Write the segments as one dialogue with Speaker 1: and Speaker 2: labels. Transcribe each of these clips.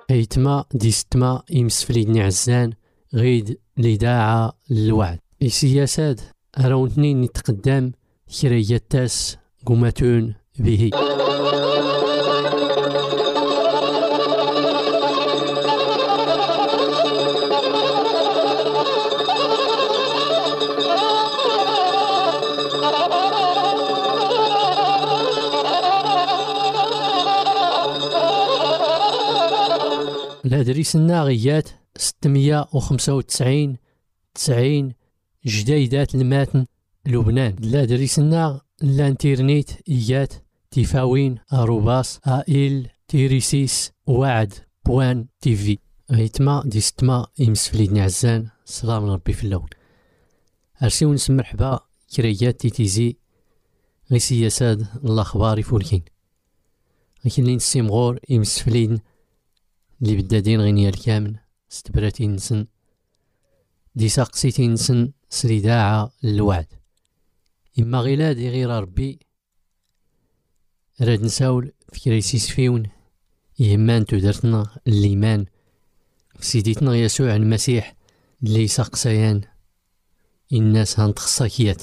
Speaker 1: هيتما ديستما يمسفليدني عزان غيد لداعة للوعد السياسات راونتني نتقدم كرياتاس قوماتون به الهدريس الناغيات 695 90 جديدات الماتن لبنان. الهدريس الناغ الانترنت إيات تفاوين أروباس آئل تيريسيس وعد بوان تيفي. هيتما ديستما يمسفليدني عزان سلام ربي في اللون أرسيو نسم مرحبا كريات تيتيزي غي سياسات الأخبار فولكين غيكلين السيمغور يمسفليدن اللي بدادين غينيا الكامن ستبراتين نسن دي ساقسيتين نسن سريداعة للوعد إما غيلادي غير ربي راد نساول في كريسيس فيون يهمان تودرتنا الإيمان في سيديتنا يسوع المسيح اللي ساقسيان الناس هانتخصاكيات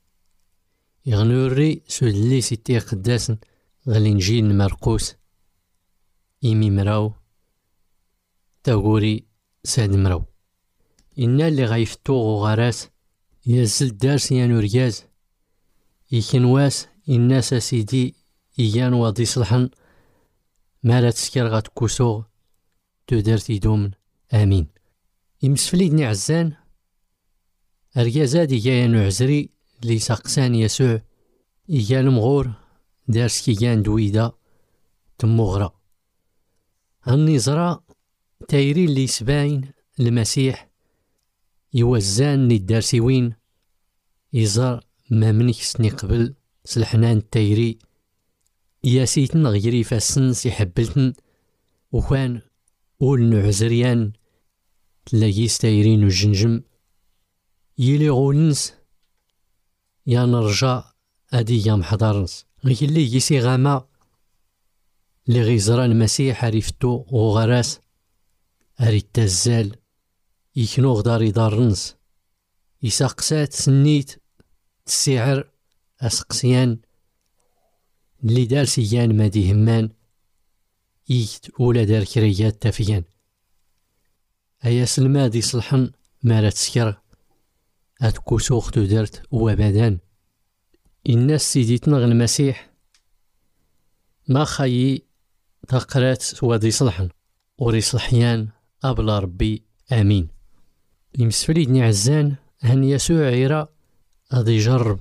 Speaker 1: يغنوري سود اللي سيتي قداسن غالإنجيل مرقوس إيمي مراو تاغوري ساد مراو إنا اللي غايفتو غراس يزل دارس يانورياز يكنواس الناس سيدي إيان واضي صلحن مالا تسكر غاتكوسو تودرتي دومن آمين. يمسفليدني عزان أريازادي جايانو عزري اللي ساقسان يسوع إيان مغور دارس كيان دويدا تمغرا النظرة تايري اللي سباين المسيح يوزان للدارسيوين يزار ما منك سني قبل سلحنان التايري ياسيتن غيري فاسن سيحبلتن وكان أول نعزريان تلاقيس تايرين وجنجم يلي غولنس يا نرجع أدي يا محضرنس غير اللي يسي غاما اللي غيزرا المسيح عرفتو وغراس أريد تزال يكنو غداري دارنس يساقسات سنيت السعر أسقسيان اللي دار سيان مادي همان إيكت أولا دار كريات تافيان أيا سلمادي صلحن مالا تسكر أتكو سوختو درت وابدان الناس سيديتنا غ المسيح ما خايي تقرات وادي صلحن وري صلحيان أبلا ربي آمين. يمسفليدني عزان هن يسوع عيرا غادي يجرب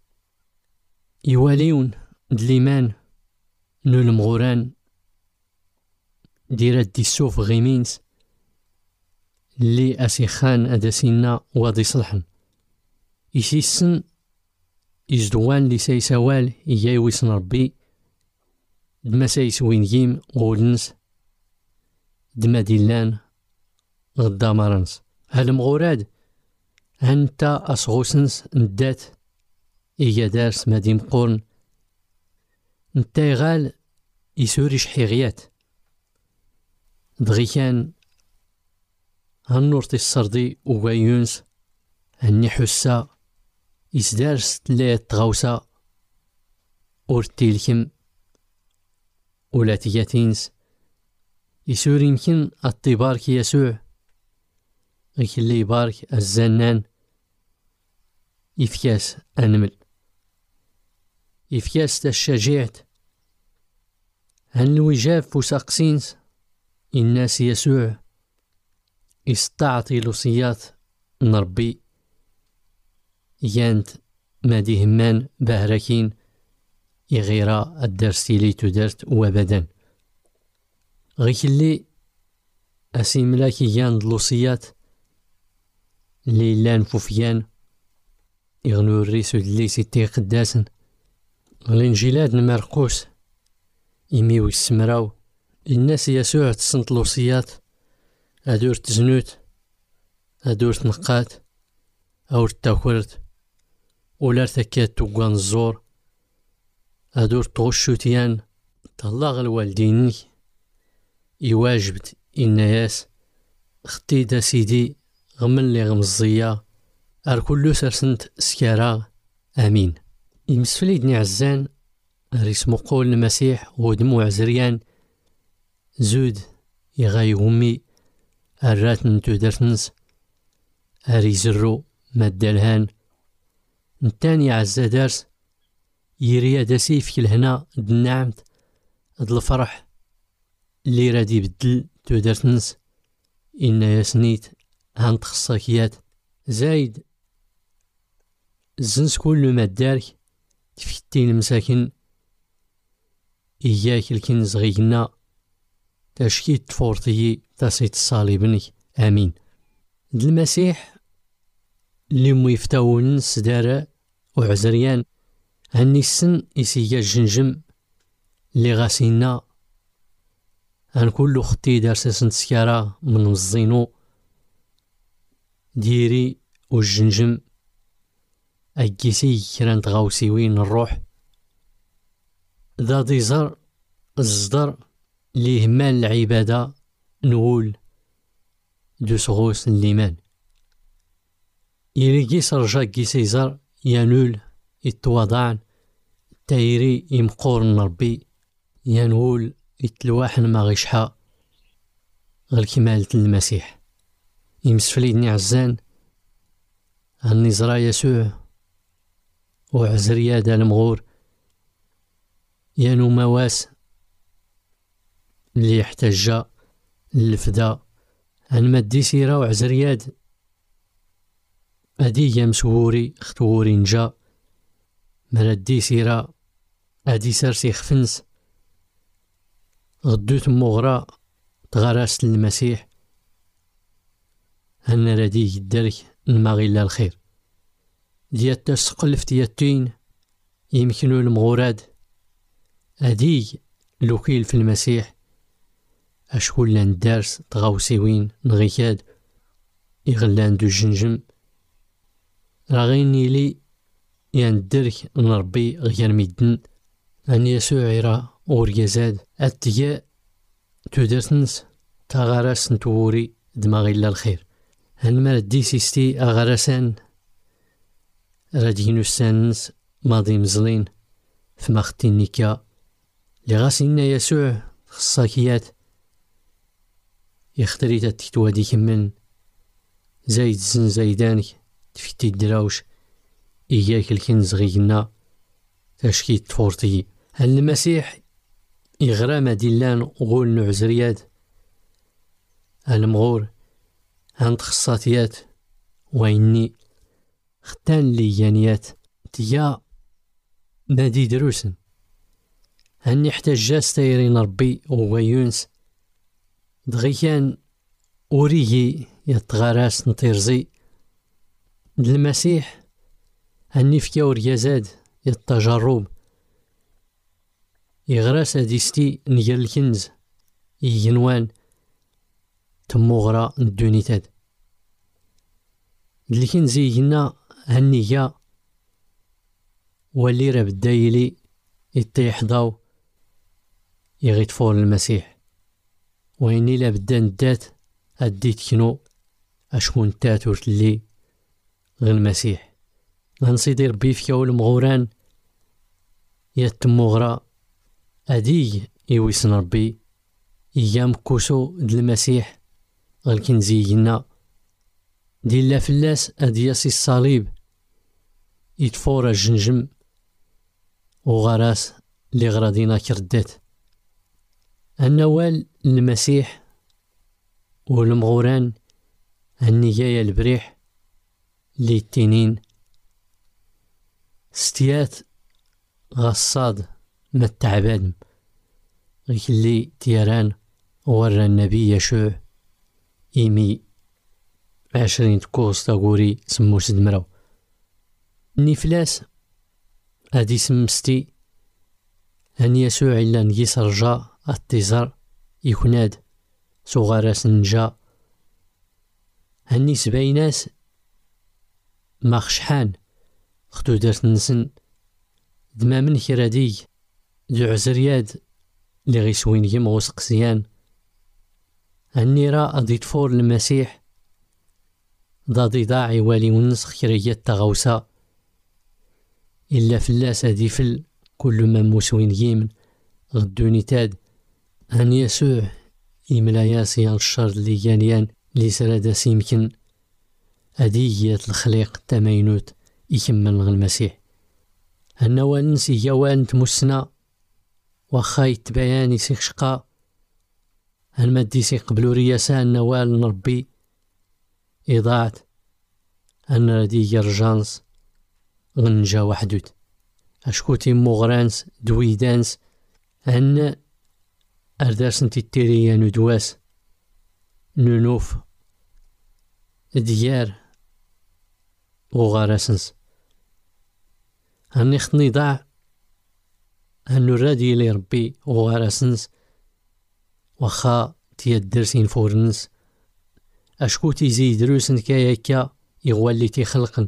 Speaker 1: يواليون دليمان نو المغوران ديرات دي السوف غيمينس اللي أسيخان أداسينا وادي صلحن يسيسن يزدوان لي سايسوال إيا يويسن ربي دما سايسوين جيم غولنس دما ديلان غدا مرنس هالمغوراد هانتا أصغوسنس ندات إيا دارس مادي مقورن نتا يغال يسوري شحيغيات دغي كان هالنورتي السردي وغايونس هني حسا يسدارس تلات تغوسا أورتيلكم ولا تياتينس يسوري يمكن الطبارك يسوع غيك اللي يبارك الزنان يفكاس أنمل يفكاس تشجيعت هالوجاب فوساقسينس الناس يسوع يستعطي لوصيات نربي يانت مادي همان باهراكين يغيرا الدرس لي تدرت وابدا غيك اللي أسيملاكي يان دلوصيات اللي لان فوفيان يغنو الريسو اللي سيتي قداسن الانجيلاد مرقوس يميو السمراو الناس يسوع تسنت لوصيات أدور تزنوت أدور تنقات أو تاكورت ولا ارتكات توقان الزور أدور تغشوتيان طلع الوالدينك يواجبت إنياس خطي دا سيدي غمن لي غمزية أركلو سرسنت سكارا آمين. يمسفليدني عزان ريسمو قول المسيح ودموع زريان زود يغاي همي الرات نتو درتنس أريزرو مدالهان نتاني عزا دارس يريا داسي في الهنا دنعمت د الفرح اللي رادي بدل تو درتنس إن ياسنيت هانت خصاكيات زايد الزنس كل ما دارك تفتين مساكن إياك الكنز غينا تشكيت تفورتي تاسيت الصليبنك آمين. د المسيح اللي ميفتاون سدارة وعزريان هني السن إسيا الجنجم اللي غاسينا هنكولو خطي دارساسن تسكارا من الزينو ديري والجنجم أجيسي كرانت غاوسيوين الروح ذا ديزر الزدر اللي همال العبادة نقول دوس غوس الليمان يريجي سرجا جيسيزر ينول يتواضعن تايري يمقور ربي ينول يتلواحن ما غيشحا غير كمالة المسيح. يمسفليدني عزان هني زرا يسوع وعزريا دا المغور يانو مواس اللي يحتاج للفدا هن مدي سيرا وعزرياد أدي يمسوري ختوري نجا مردي سيرا أدي سرسي خفنس غدوت مغرا تغراس للمسيح هن ردي يدرك المغيلا الخير ديال تسقلف ديالتين يمكنو المغوراد أدي لوكيل في المسيح أشكول لان دارس تغاوسيوين نغيكاد يغلان دو الجنجم راغيني لي يندرك نربي غير ميدن أن يسوع يرى وريزاد أتجا تودرتنس تغارس نتوري دماغي لا الخير هنما ردي سيستي أغارسان رادينو سانس ماضي مزلين فما ختي نيكا لغاسينا يسوع خصاكيات يختري تتوادي كمن زايد زن زايدانك تفتي الدراوش إياك الكنز غينا تشكيت تفورتي هل المسيح يغرى مدلان غول نعزريات المغور هانت خصاتيات ويني ختان لي يانيات تيا نادي دروسن هني احتاج تايرين ربي ويونس دغي كان أوريجي يتغراس نطيرزي المسيح هني فيا وريازاد يتجرب يغراس هديستي نجر الكنز يجنوان تموغرا ندونيتاد الكنز يجنا هنيا واللي راه بدايلي يطيح ضاو يغيطفور المسيح ويني لا بدا ندات اديت كنو اشكون تاتورت لي غير المسيح غنصيدي ربي فيا والمغوران يتموغرا ادي يويسن ربي ايام كوسو د المسيح غالكنزينا دي لا فلاس ادياسي الصليب يتفور الجنجم وغراس لي غرادينا كردات النوال المسيح والمغوران النجايا البريح لي التنين ستيات غصاد ما التعبان اللي تيران ورى النبي يشوع إيمي 20 كوس تاغوري سمو سدمراو نيفلاس هادي سمستي هن يسوع إلا نجيس رجا التزار يكوناد صغاراس نجا هني سبايناس ماخشحان ختو دارت نسن دما من كرادي دو عزرياد لي غيسوين يم غوس قسيان النيرة أدي تفور المسيح ضادي ضاعي والي ونسخ كريات تغوسا إلا فلاس أدي فل كل ما موسوين يمن غدوني تاد أن يسوع إملا ياسيان الشر اللي جانيان اللي سرادة سيمكن أديات الخليق تمينوت يكمل المسيح النوال نسي جوان تمسنا وخاي تبياني سيخ شقا المادي سيقبلو رياسة النوال نربي إضاعت أن ردي يرجانس غنجا وحدوت أشكوتي مغرانس دويدانس أن أرداس نتي تيريا ندواس نونوف ديار وغارسنس هني خطني ضاع هنو رادي لي ربي وغارسنس وخا تيدرسين فورنس أشكو تيزي دروسن كاياكا يغوالي تيخلقن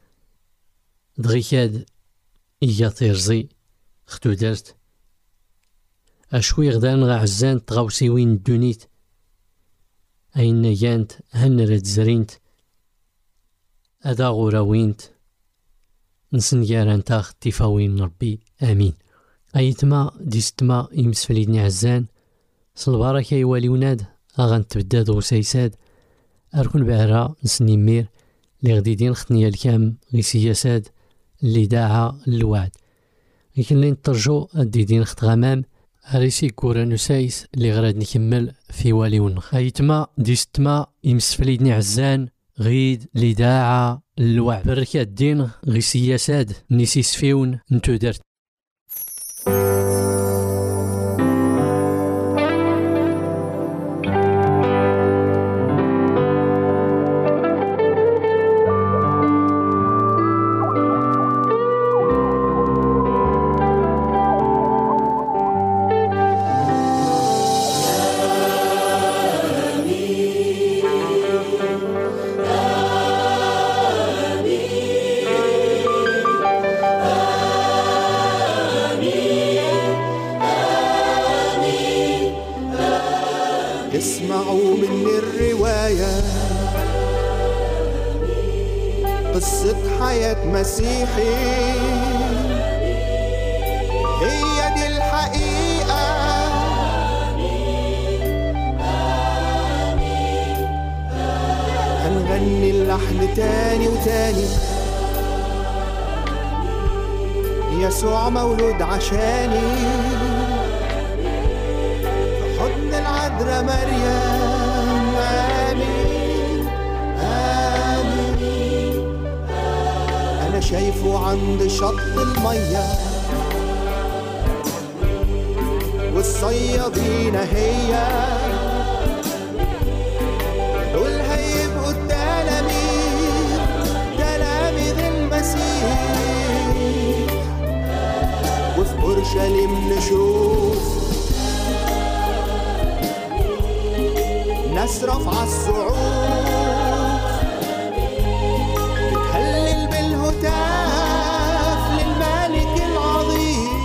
Speaker 1: دغيكاد إيا تيرزي ختو درت أشكو يغدان غا عزان تغاوسيوين الدونيت أين يانت هن رد زرينت أدا غوراوينت نسنجاران تاخ تيفاوين ربي آمين. أيتما ديستما يمسفليدني عزان صلبارك يوالي وناد أغان تبداد وسيساد أركن بعرا نسني مير لي غديدين خطنيا الكام غي سياساد اللي داعا الوعد لكن لين ترجو الديدين خط غمام أريسي كورا نسايس اللي غراد نكمل في والي ونخ. أيتما ديستما يمسفليدني عزان غيد اللي داعا الوعد بركة الدين غي سياساد نسيس فيون نتو درت.
Speaker 2: اسمعوا مني الرواية قصة حياة مسيحي هي دي الحقيقة هنغني اللحن تاني وتاني يسوع مولود عشاني العذراء مريم آمين آمين. أنا شايفه عند شط المية والصيادين هي دول هيبقوا تلاميذ المسيح وفي أورشليم نشوف ناس رافعة الصعود بتهلل بالهتاف للملك العظيم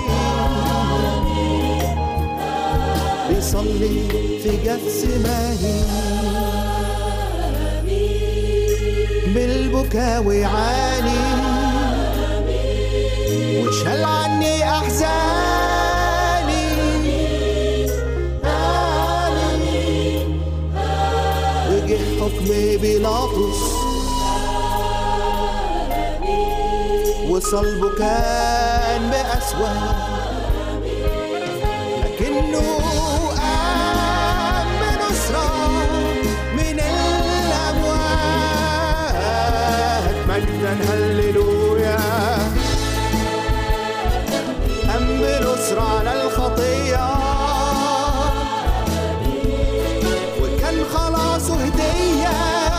Speaker 2: بيصلي في جثماني بالبكاء ويعاني وشال عني أحزاني حكم بيلاطس وصلبه كان بأسوأ لكنه قام بنصرة من الأموات مجدا هللويا قام بنصرة على الخطية وكان خلاصه هدية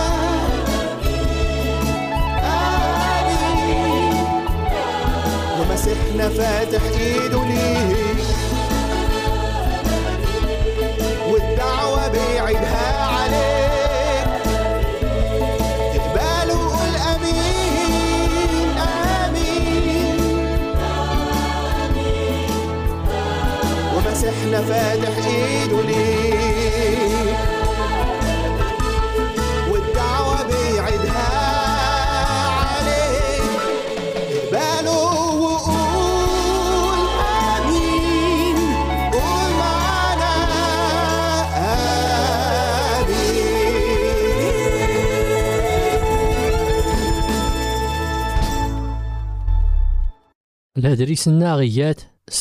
Speaker 2: ومسيحنا فاتح ايده ليه والدعوة بيعيدها عليك تقبله وقول امين امين ومسيحنا فاتح ايده ليه
Speaker 1: الهدريسنا غيات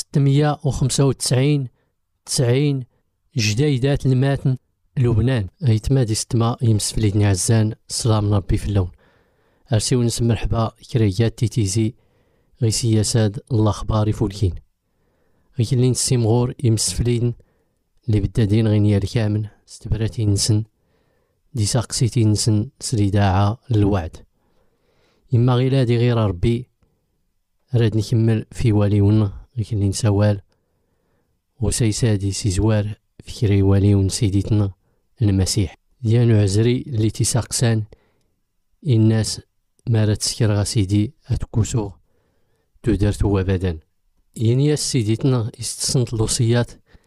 Speaker 1: 695 90 جديدات الماتن لبنان ايتما دي ستما يمسفليدني عزان سلام ربي في اللون ارسيو نسم مرحبا كريات تيتيزي غي سياساد الله خباري فولكين غي اللي نسيمغور يمسفليدن اللي بدادين غينيا الكامن استبراتي نسن دي ساقسيتي نسن سريداعة للوعد إما غير دي غير ربي راد نكمل في واليون غي اللي نسوال وسيسادي سيزوار فكري واليون سيديتنا المسيح ديانو عزري اللي تيساقسان الناس ما تسكر غسيدي اتكوسو تودرت هو بدن يعني سيديتنا استسنت الوصيات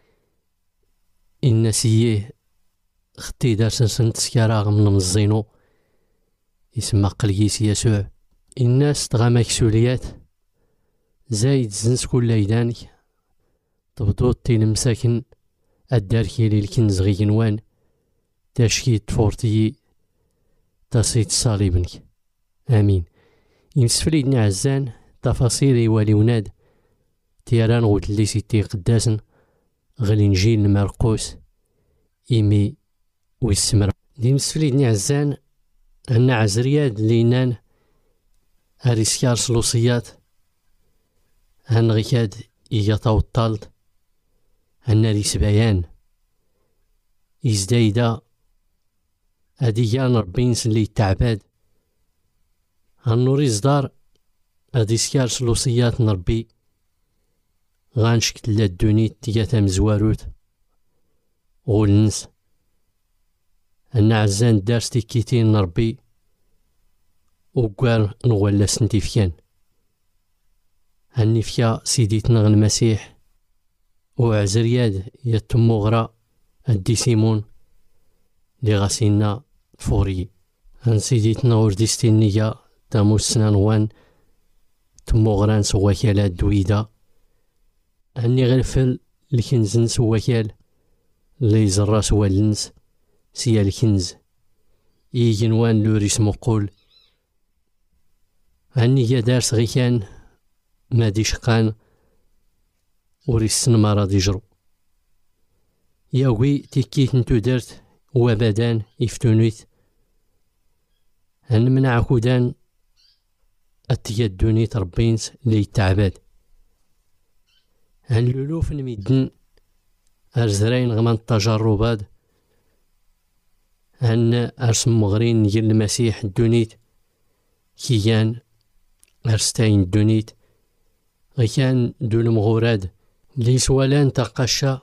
Speaker 1: الناسيه ختي دار سنسن تسكارا من مزينو يسمى قليس يسوع الناس تغا مكسوليات زايد زنس كل ليدانك تبطوط تين مساكن الداركي للكنز غينوان تاشكيت فورتي تصيد صليبنك امين يمسفليدني عزان تفاصيل واليوناد تيران غوت اللي سيتي قداسن غالينجيل مرقوس إيمي ويسمر دي مسفليدني عزان أن عزرياد لينان أريسكار سلوصيات هن غيكاد إيجاطاو الطالد هن ريس بيان إزدايدا أديان ربينس اللي تعباد هنوري صدار أديسكار سلوصيات نربي غانشكت لدونيت تياتا مزواروت غولنس أن عزان دارس تيكيتين نربي وقار نغولا سنتيفكان هني فيا سيديتنا المسيح وعزرياد يتمو غرا الدي سيمون لي غاسينا فوري هن سيديتنا ورديستين نيا تاموس سنانوان تمو غران سواكالات دويدا هني غرفل الكنزن سواكال لي زرا سوالنس سيا الكنز إيجنوان لوريس مقول هني يا دارس غيكان ما ديشقان وريسن مرا ديجرو ياوي تيكيت نتو درت وبدان يفتونيت هن من عكودان التيادوني تربينس لي تعباد هن لولوف نميدن أرزرين غمان التجربات هن أرسم مغرين نجل المسيح الدونيت كيان أرستين الدونيت غيكان دول مغوراد لي سوالان تقشا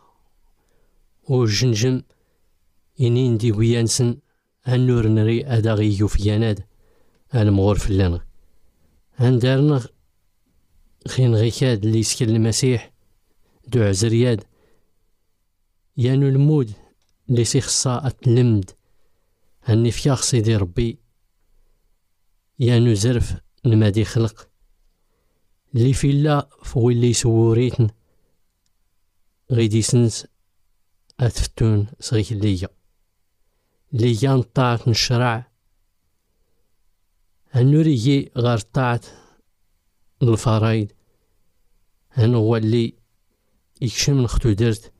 Speaker 1: وجنجم إنين دي ويانسن هنور نري أداغي يوفياناد المغور فلان هندارنا خين غيكاد لي سكل المسيح دو عزرياد يانو المود لي سيخصا أتلمد هني فيا خصيدي ربي يانو زرف نمادي خلق لي في الله فوي اللي سوريتن غيدي سنس أتفتون صغيك ليا نطاعت نشرع هنوريجي غار طاعت الفرايد هن هو اللي يكشم نختو درت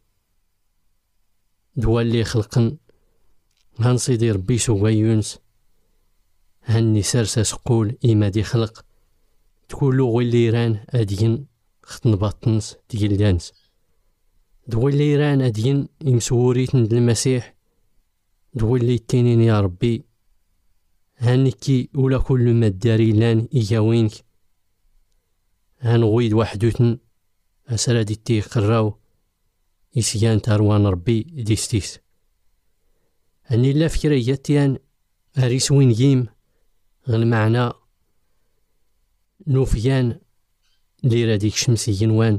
Speaker 1: دوالي خلقن هنصيدي ربي سوا يونس هني سرسا سقول إما دي خلق تقولو غولي ران أدين خطن باطنس ديال دانس دوالي ران أدين يمسوريتن المسيح دوالي التنين يا ربي هنكي ولا كل ما الداري لان إيجاوينك هنغويد وحدوتن أسرا دي تيقراو إسيان تاروان ربي ديستيس هني لا فكرة ياتيان أريس وين جيم غن معنا نوفيان لي راديك شمسي ينوان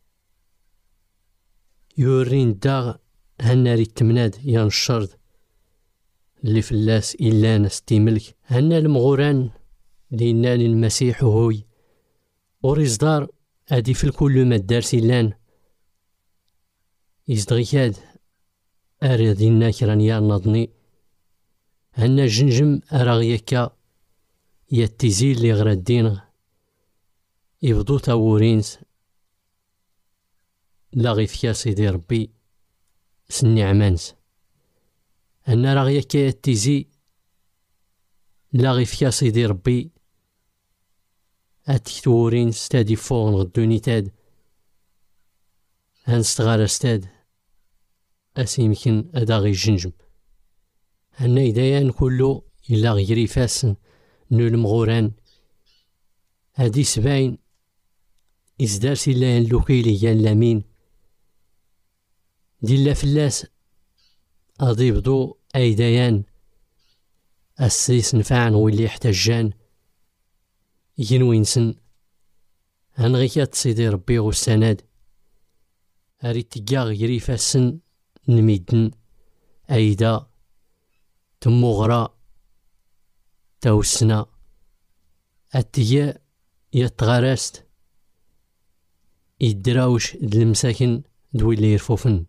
Speaker 1: يورين داغ هناري التمناد ينشرد اللي فلاس إلا نستي ملك هنا المغوران لينا للمسيح هوي وريزدار أدي في الكل ما الدارسي لان يزدغيكاد أريدينا كرانيا نضني هنا جنجم أراغيكا يتزيل لي غرا الدين يبدو تاورينس لا غيفيا سيدي ربي سني عمانس أنا راه يكا تيزي لا غيفيا سيدي ربي أتكتورين ستادي فوغن غدوني تاد هنستغار استاد أسيمكن أدا غي جنجم أنا إدايان كلو إلا غيري فاسن نول مغوران هادي سبعين إزدار سيلان لوكيلي يان لامين ديلا فلاس أضيبدو أيديان السيس نفعن واللي يحتاجان ينوينسن هنغيكات سيدي ربي والسند أريد تيا غيري فاسن نميدن أيدا تمغرا توسنا أتيا يتغارست يدراوش المساكن دوي اللي يرفوفن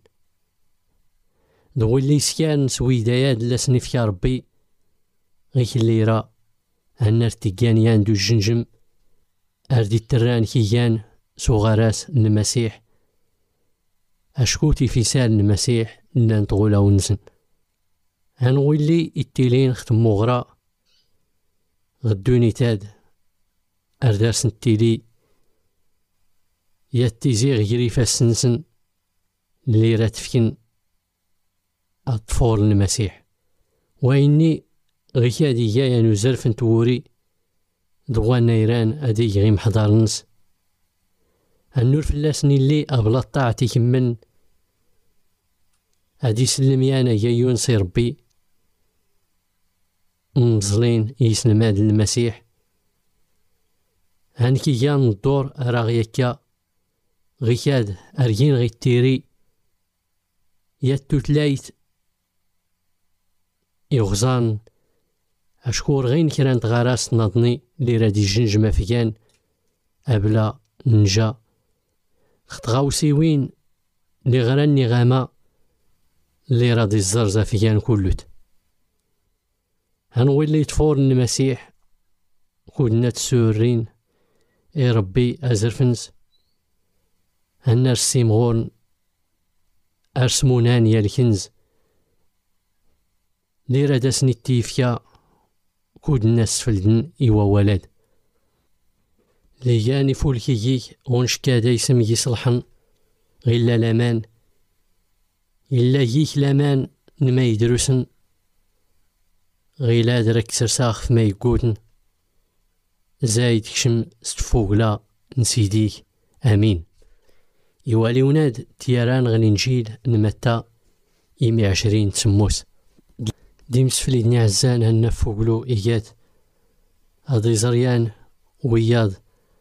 Speaker 1: دوي اللي سكان سويدايا دلاسني في ربي غيك اللي يرى هنر تيجانيان دو الجنجم أردي التران كيان صغاراس المسيح أشكوتي في سال المسيح لان طغولا ونسن هنولي التيلين ختمو غرا غدوني تاد أردارس التيلي ياتيزي غيري فاسنسن اللي راتفكن أطفال المسيح وإني غيكادي جايا نزرف نتوري دوان نيران أدي غيم حضارنس النور فلاسني اللي أبلا طاعتي كمن أدي سلميانا جايون سي ربي مزلين يسلماد المسيح هانكي جان الدور أراغيكا غيكاد أرجين غيتيري ياتوتلايت يغزان أشكور غين كران تغاراس ناضني لي رادي جنجمة فيان أبلا نجا خطغاوسيوين لي غراني غاما لي رادي الزرزة فيان كلوت هنولي تفور المسيح كودنا تسورين اي ربي أزرفنس هنر السيمغورن أرسمونان يا الكنز لي رادسني التيفيا كود الناس فلدن إيوا ولد لياني فولكيك غنشكا دايسم يصلحن غيلا لامان إلا ييك لامان نما يدرسن غيلا درك سرساخ فما يقودن زايد كشم ستفوقلا نسيديك آمين يوالي وناد تياران غننجيل نمتا 120 تسموس ديمس فليدني عزان هنفوقلو إيجاد هادي زريان وياض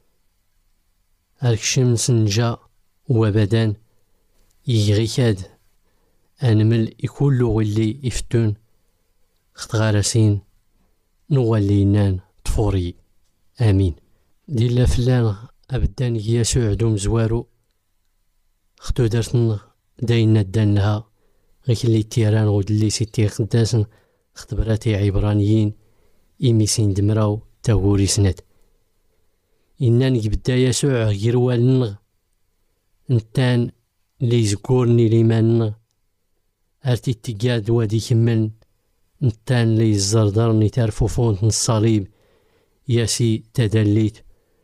Speaker 1: أركشم سنجا وبدان يغيكاد أنمل يكولو اللي يفتون خطغارسين نوالي نان طفوري آمين ديلا فلان أبدان يسوع دوم زوارو ختو درتن داينا دان لها غيك اللي تيران غود اللي سيتي قداسن خطبراتي عبرانيين إيميسين دمراو تاغوري سنات إنان يبدا يسوع غير والنغ نتان اللي يزكورني ليمان أرتي تيقاد وادي كمن نتان اللي يزردرني تارفو فونت الصليب ياسي تدليت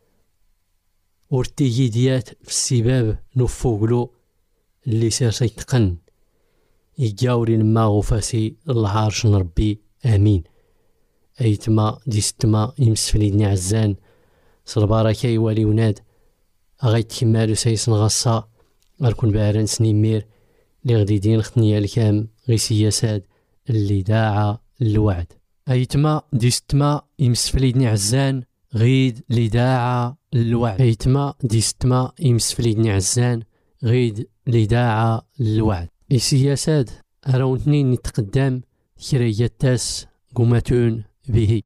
Speaker 1: ورتيجي ديات في السباب نفوقلو اللي سيرسي تقن يجاوري الماغو فاسي العارش نربي آمين أيتما ديستما يمسفليدني عزان صلباركا يوالي وناد أغيت كمالو سيسن غصا أركون باران سنيمير لي غدي دين ختنيا الكام غي سياساد اللي داعا الوعد أيتما ديستما يمسفليدني عزان غيد اللي داعا الوعد أيتما ديستما يمسفليدني عزان غيد اللي داعا الوعد السياسات أراون اثنين نتقدم كرياتاس قوماتون به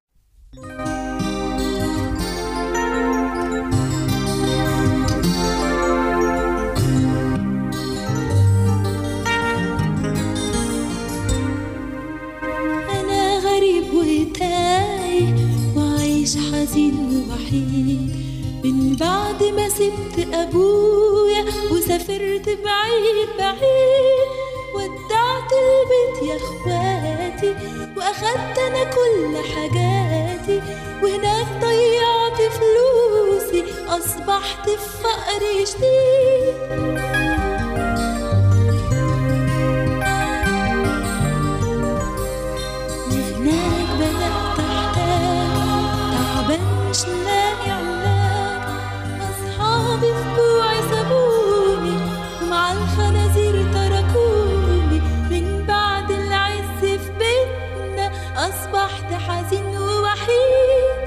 Speaker 3: أنا غريب وتايه وعايش حزين ووحيد من بعد ما سبت أبويا وسافرت بعيد بعيد، ودعت البيت يا اخواتي واخدت انا كل حاجاتي، وهناك ضيعت فلوسي اصبحت في فقر شديد. وهناك بدأت احتاج، تعبان مش لاقي علاج، اصحابي في جوعي سابوني ومع الخنازير تركوني. من بعد العز في بيتنا أصبحت حزين ووحيد.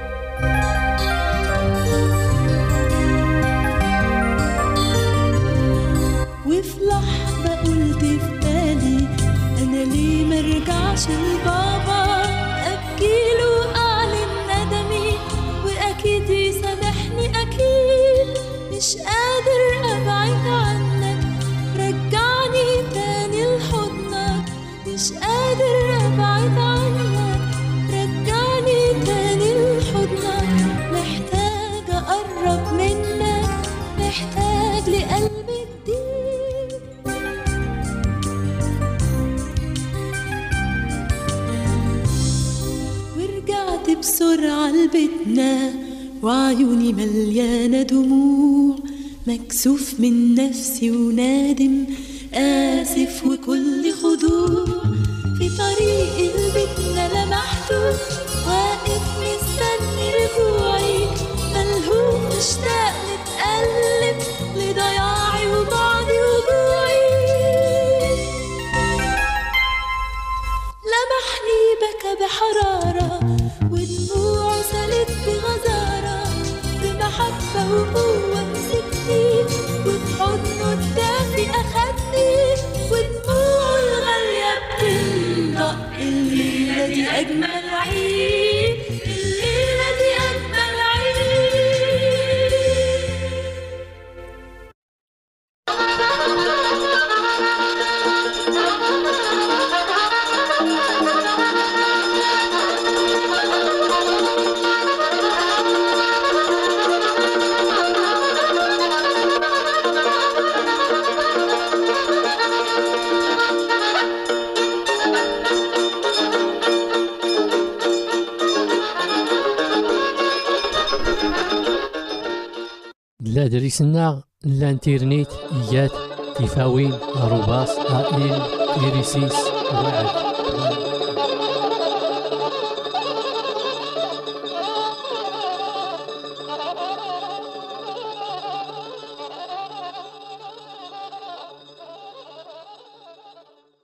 Speaker 3: وفي لحظة قلت في بالي أنا ليه مرجعش لبابا، أبكيله أعلن ندمي وأكيد يسامحني أكيد. مش قادر أبعد عنك، رجعني تاني لحضنك، مش قادر أبعد عنك، رجعني تاني لحضنك. محتاج أقرب منك، محتاج لقلب جديد. ورجعت بسرعة لبيتنا وعيوني مليانة دموع، مكسوف من نفسي ونادم آسف وكل خضوع. في طريق لبيتنا لمحته واقف مستني رجوعي، ملهوف مشتاق متقلب لضياعي وبعدي وجوعي. لمحني بكى بحرارة ودموعه سالت بغزارة، بمحبة وقوة مسكني وفي حضنه الدافي أخدني، ودموعه الغالية بتنطق. الليلة دي أجمل عيد، الليلة دي أجمل عيد.
Speaker 1: لا دريسنا الانترنت إيات تفاوين أروباس آئل إيريسيس وعد.